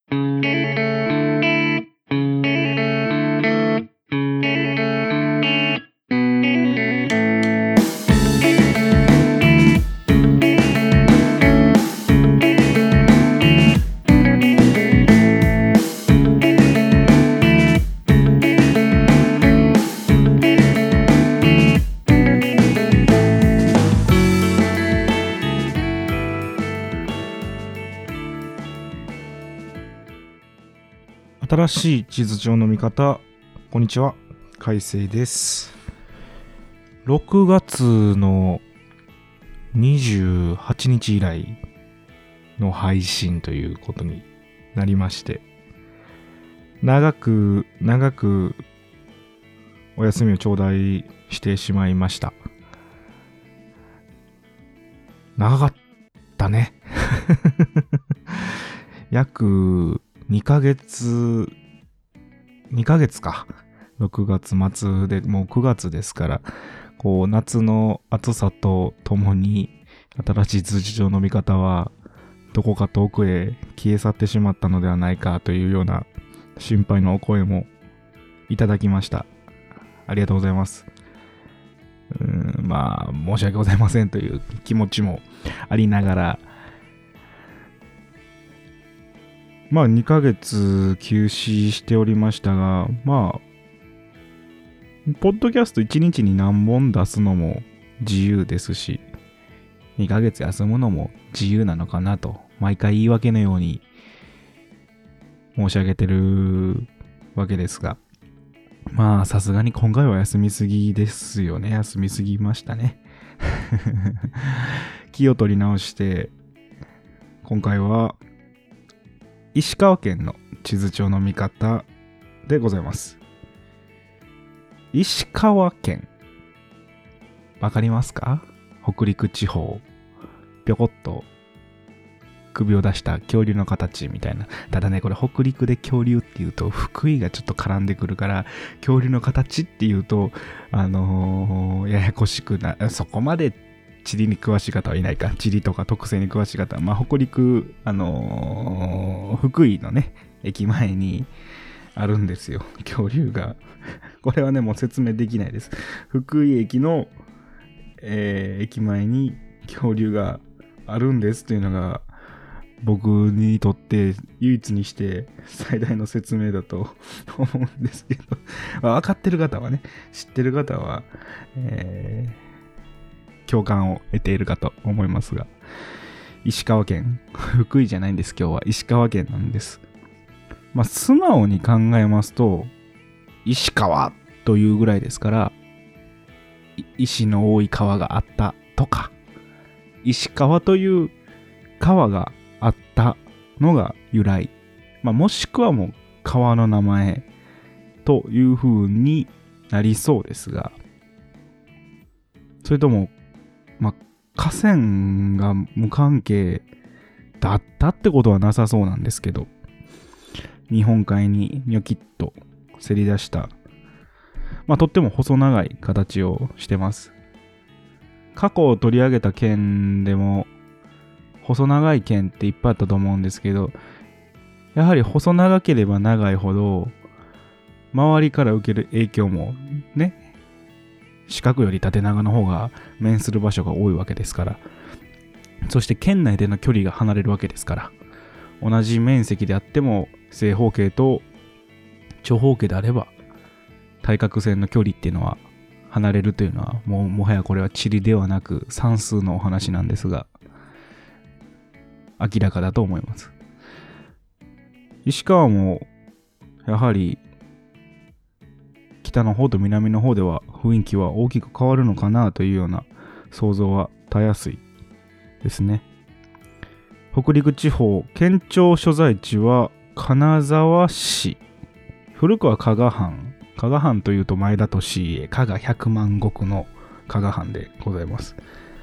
新しい地図上の見方、こんにちは、海星です。6月の28日以来の配信ということになりまして、長くお休みを頂戴してしまいました。長かったね。約2ヶ月か。6月末でもう9月ですから、こう夏の暑さとともに新しい通知上の見方はどこか遠くへ消え去ってしまったのではないかというような心配のお声もいただきました。ありがとうございます。まあ申し訳ございませんという気持ちもありながら、まあ2ヶ月休止しておりましたが、まあポッドキャスト1日に何本出すのも自由ですし、2ヶ月休むのも自由なのかなと毎回言い訳のように申し上げてるわけですが、まあさすがに今回は休みすぎですよね。休みすぎましたね。気を取り直して今回は石川県の地図帳の見方でございます。石川県、わかりますか？北陸地方、ぴょこっと首を出した恐竜の形みたいな。ただね、これ北陸で恐竜っていうと福井がちょっと絡んでくるから、恐竜の形っていうとややこしくな、そこまで地理に詳しい方はいないか。地理とか特性に詳しい方は、まあ北陸福井のね駅前にあるんですよ、恐竜が。これはねもう説明できないです。福井駅の、駅前に恐竜があるんですというのが僕にとって唯一にして最大の説明だと思うんですけど、分かってる方はね、知ってる方は、共感を得ているかと思いますが、石川県、福井じゃないんです。今日は石川県なんです。まあ素直に考えますと石川というぐらいですから、石の多い川があったとか、石川という川があったのが由来、まあ、もしくはもう川の名前という風になりそうですが、それともまあ河川が無関係だったってことはなさそうなんですけど、日本海にニョキッとせり出した、まあとっても細長い形をしてます。過去を取り上げた県でも細長い県っていっぱいあったと思うんですけど、やはり細長ければ長いほど周りから受ける影響もね、四角より縦長の方が面する場所が多いわけですから、そして県内での距離が離れるわけですから、同じ面積であっても正方形と長方形であれば対角線の距離っていうのは離れるというのはもはやこれは地理ではなく算数のお話なんですが、明らかだと思います。石川もやはり北の方と南の方では雰囲気は大きく変わるのかなというような想像はたやすいですね。北陸地方県庁所在地は金沢市、古くは加賀藩、加賀藩というと前田利家、加賀百万石の加賀藩でございます。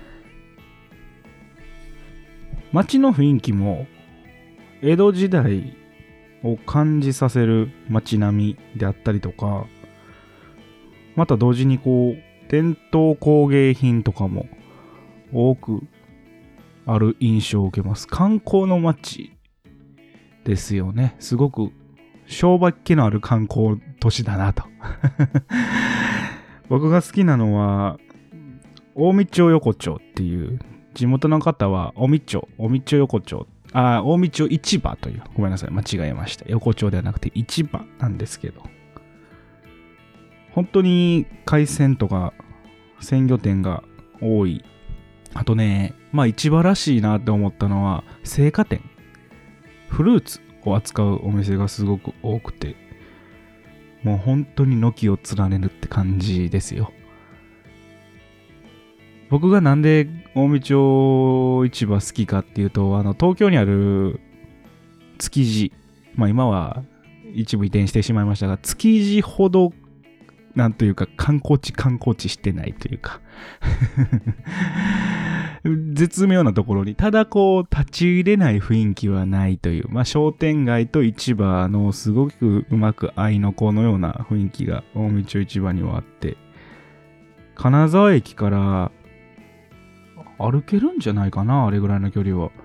街の雰囲気も江戸時代を感じさせる街並みであったりとか、また同時にこう伝統工芸品とかも多くある印象を受けます。観光の街ですよね。すごく商売っ気のある観光都市だなと。僕が好きなのは、近江町横丁っていう、地元の方は近江町横丁、近江町市場という、ごめんなさい、間違えました。横丁ではなくて市場なんですけど、本当に海鮮とか鮮魚店が多い。あとね、市場らしいなって思ったのは、青果店。フルーツを扱うお店がすごく多くて、もう本当に軒を連ねるって感じですよ。僕がなんで近江町市場好きかっていうと、東京にある築地、今は一部移転してしまいましたが、築地ほどなんというか観光地してないというか絶妙なところに、ただ立ち入れない雰囲気はないという、商店街と市場のすごくうまく合いの子のような雰囲気が近江町市場にはあって、金沢駅から歩けるんじゃないかな、あれぐらいの距離は。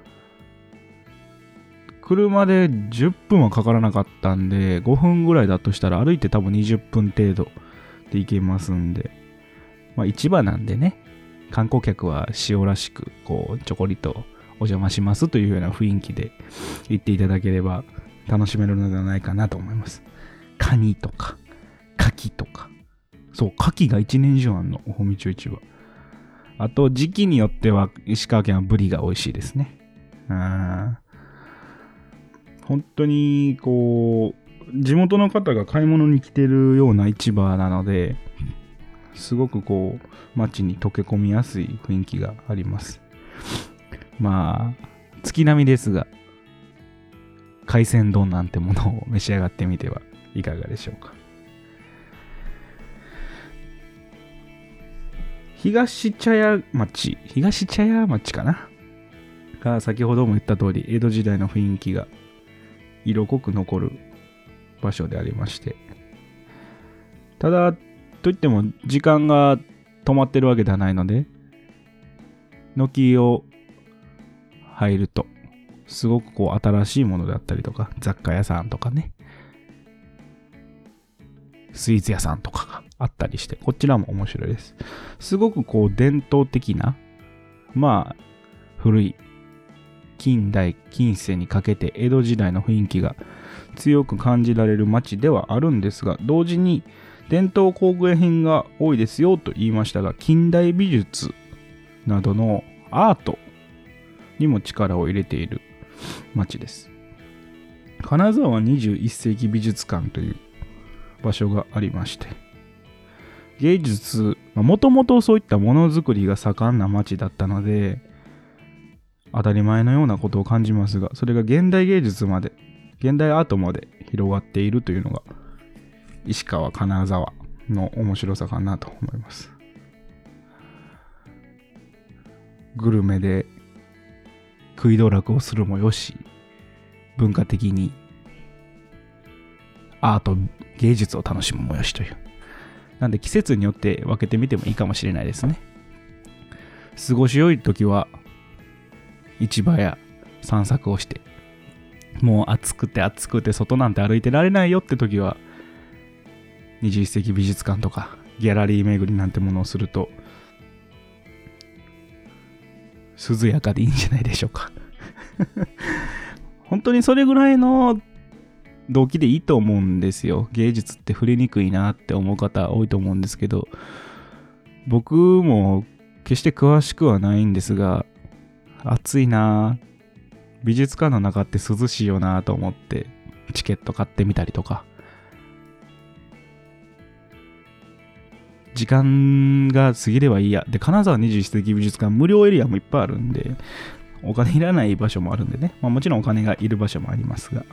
車で10分はかからなかったんで、5分ぐらいだとしたら歩いて多分20分程度で行けますんで、市場なんでね、観光客は塩らしくちょこりとお邪魔しますというような雰囲気で行っていただければ楽しめるのではないかなと思います。カニとかカキとか、そうカキが一年中あんの、近江町市場。あと時期によっては石川県はブリが美味しいですね。本当に地元の方が買い物に来てるような市場なので、すごく街に溶け込みやすい雰囲気があります。月並みですが、海鮮丼なんてものを召し上がってみてはいかがでしょうか。東茶屋町かなが、先ほども言った通り江戸時代の雰囲気が色濃く残る場所でありまして、ただといっても時間が止まってるわけではないので、軒を入るとすごく新しいものであったりとか、雑貨屋さんとかね、スイーツ屋さんとかがあったりして、こちらも面白いです。すごく伝統的な、古い近代近世にかけて江戸時代の雰囲気が強く感じられる街ではあるんですが、同時に伝統工芸品が多いですよと言いましたが、近代美術などのアートにも力を入れている街です。金沢21世紀美術館という場所がありまして、芸術、もともとそういったものづくりが盛んな街だったので当たり前のようなことを感じますが、それが現代芸術まで、現代アートまで広がっているというのが石川金沢の面白さかなと思います。グルメで食い道楽をするもよし、文化的にアート芸術を楽しむもよしという、なんで季節によって分けてみてもいいかもしれないですね。過ごし良い時は市場や散策をして、もう暑くて外なんて歩いてられないよって時は21世紀美術館とかギャラリー巡りなんてものをすると涼やかでいいんじゃないでしょうか。本当にそれぐらいの動機でいいと思うんですよ。芸術って触れにくいなって思う方多いと思うんですけど、僕も決して詳しくはないんですが、暑いな、美術館の中って涼しいよなと思ってチケット買ってみたりとか、時間が過ぎればいいや。で、金沢21世紀美術館無料エリアもいっぱいあるんで、お金いらない場所もあるんでね、もちろんお金がいる場所もありますが、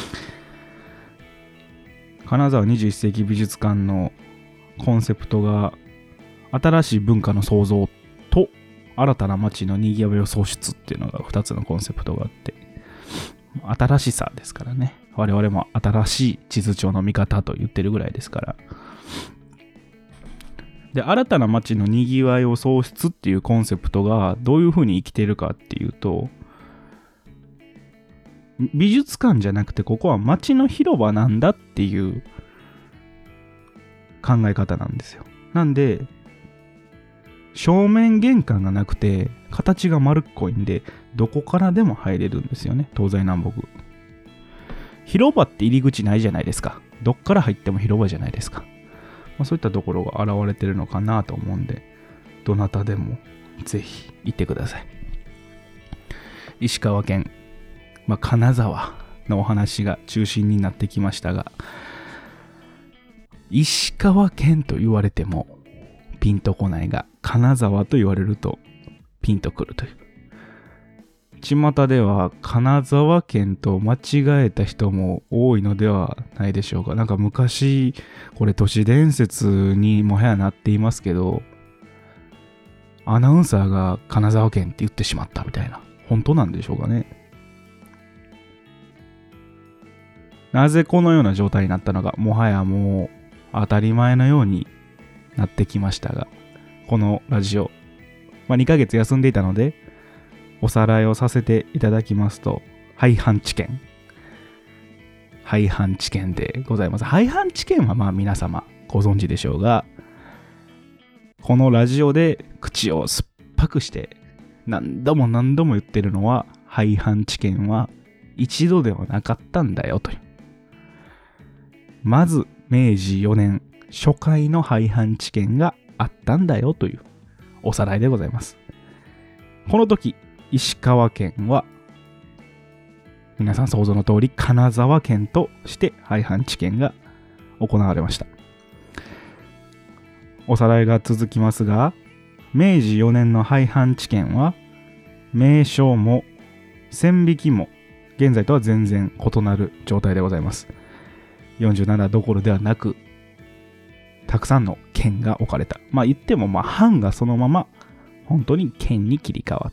金沢21世紀美術館のコンセプトが、新しい文化の創造と新たな街の賑わいを創出っていうのが2つのコンセプトがあって、新しさですからね。我々も新しい地図帳の見方と言ってるぐらいですから。で、新たな街の賑わいを創出っていうコンセプトがどういう風に生きているかっていうと、 美術館じゃなくてここは街の広場なんだっていう考え方なんですよ。なんで正面玄関がなくて形が丸っこいんでどこからでも入れるんですよね。東西南北。広場って入り口ないじゃないですか。どっから入っても広場じゃないですか。そういったところが現れてるのかなと思うんで、どなたでもぜひ行ってください。石川県、金沢のお話が中心になってきましたが、石川県と言われてもピンとこないが、金沢と言われるとピンとくるという。巷では金沢県と間違えた人も多いのではないでしょうか。なんか昔、これ都市伝説にもはやなっていますけど、アナウンサーが金沢県って言ってしまったみたいな。本当なんでしょうかね。なぜこのような状態になったのか、もはやもう当たり前のようになってきましたが、このラジオ、2ヶ月休んでいたので、おさらいをさせていただきますと、廃藩置県でございます。廃藩置県は皆様ご存知でしょうが、このラジオで口を酸っぱくして何度も言ってるのは、廃藩置県は一度ではなかったんだよという。まず明治4年初回の廃藩置県があったんだよというおさらいでございます。この時石川県は皆さん想像の通り金沢県として廃藩置県が行われました。おさらいが続きますが、明治4年の廃藩置県は名称も線引きも現在とは全然異なる状態でございます。47どころではなく、たくさんの県が置かれた。言っても藩がそのまま本当に県に切り替わった。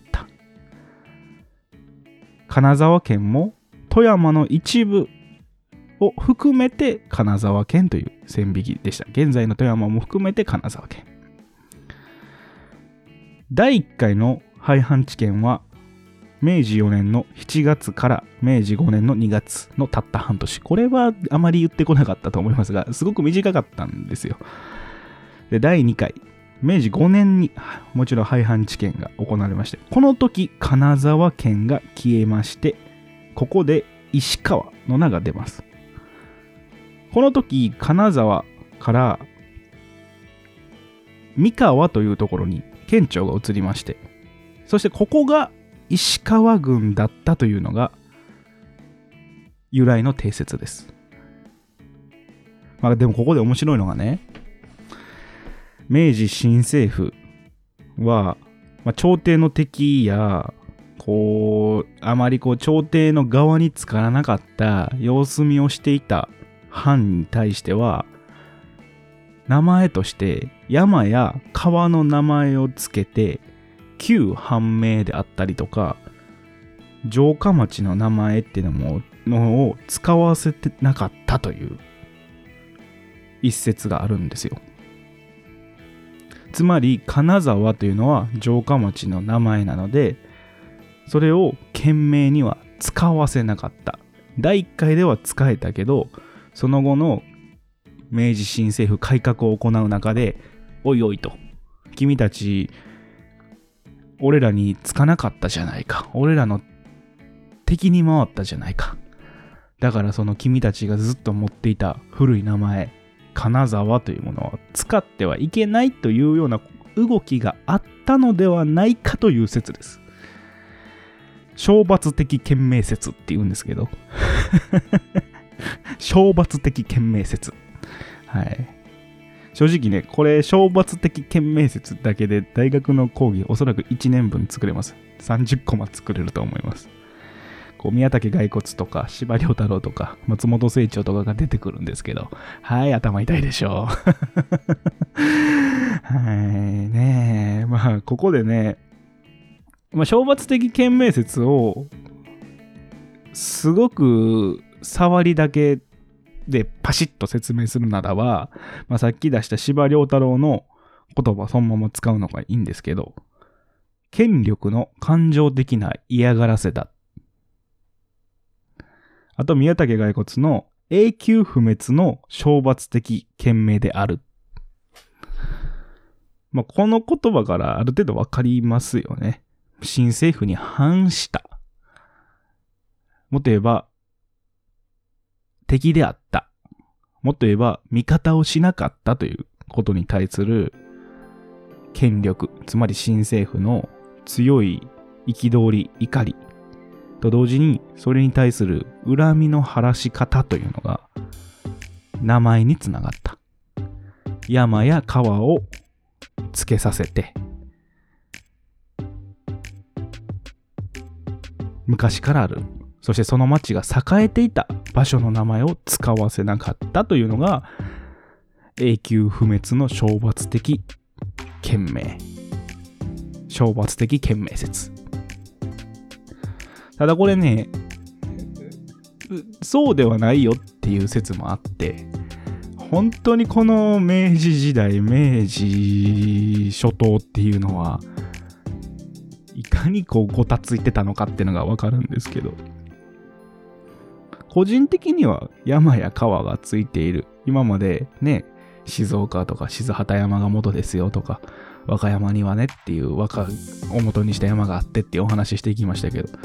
金沢県も富山の一部を含めて金沢県という線引きでした。現在の富山も含めて金沢県。第1回の廃藩置県は明治4年の7月から明治5年の2月のたった半年。これはあまり言ってこなかったと思いますが、すごく短かったんですよ。で、第2回、明治5年にもちろん廃藩置県が行われまして、この時金沢県が消えまして、ここで石川の名が出ます。この時金沢から三河というところに県庁が移りまして、そしてここが石川郡だったというのが由来の定説です。でもここで面白いのがね、明治新政府は、朝廷の敵やあまり朝廷の側につからなかった様子見をしていた藩に対しては、名前として山や川の名前をつけて旧藩名であったりとか城下町の名前っていうのを使わせてなかったという一説があるんですよ。つまり金沢というのは城下町の名前なので、それを県名には使わせなかった。第1回では使えたけど、その後の明治新政府改革を行う中で、おいおいと、君たち俺らにつかなかったじゃないか、俺らの敵に回ったじゃないか、だからその君たちがずっと持っていた古い名前金沢というものを使ってはいけないというような動きがあったのではないかという説です。懲罰的県名説って言うんですけど懲罰的県名説、はい、正直ね、これ懲罰的県名説だけで大学の講義おそらく1年分作れます。30コマ作れると思います。宮武骸骨とか司馬遼太郎とか松本清張とかが出てくるんですけど、はい、頭痛いでしょうはいねえ、ここでね、懲罰的県名説をすごく触りだけでパシッと説明するならば、さっき出した司馬遼太郎の言葉そのまま使うのがいいんですけど、権力の感情的な嫌がらせだ。 あと宮武骸骨の永久不滅の懲罰的県名である。この言葉からある程度わかりますよね。新政府に反した。もっと言えば、敵であった。もっと言えば、味方をしなかったということに対する権力、つまり新政府の強い憤り、怒りと同時に、それに対する恨みの晴らし方というのが、名前につながった。山や川をつけさせて、昔からある、そしてその町が栄えていた場所の名前を使わせなかったというのが、永久不滅の懲罰的県名。懲罰的県名説。ただこれね、そうではないよっていう説もあって、本当にこの明治時代、明治初頭っていうのは、いかにこうごたついてたのかっていうのがわかるんですけど、個人的には山や川がついている。今までね、静岡とか静畠山が元ですよとか、和歌山にはねっていう和歌を元にした山があってっていうお話していきましたけど、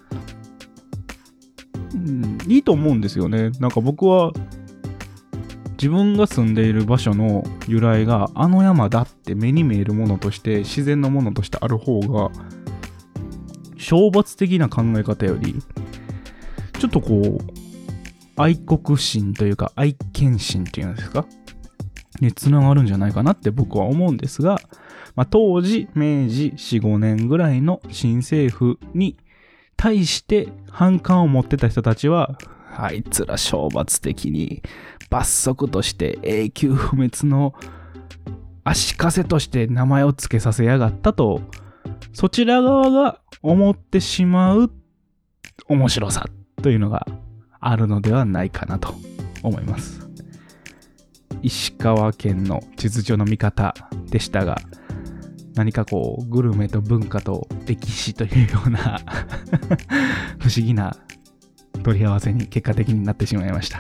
いいと思うんですよね。なんか僕は自分が住んでいる場所の由来があの山だって目に見えるものとして自然のものとしてある方が懲罰的な考え方よりちょっとこう愛国心というか愛犬心っていうんですかにつながるんじゃないかなって僕は思うんですが、当時明治4、5年ぐらいの新政府に対して反感を持ってた人たちは、あいつら懲罰的に罰則として永久不滅の足かせとして名前を付けさせやがったと、そちら側が思ってしまう面白さというのがあるのではないかなと思います。石川県の地図上の見方でしたが、何かこうグルメと文化と歴史というような不思議な取り合わせに結果的になってしまいました。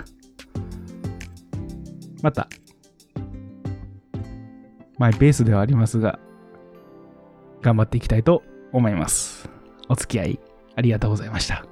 またマイペースではありますが頑張っていきたいと思います。お付き合いありがとうございました。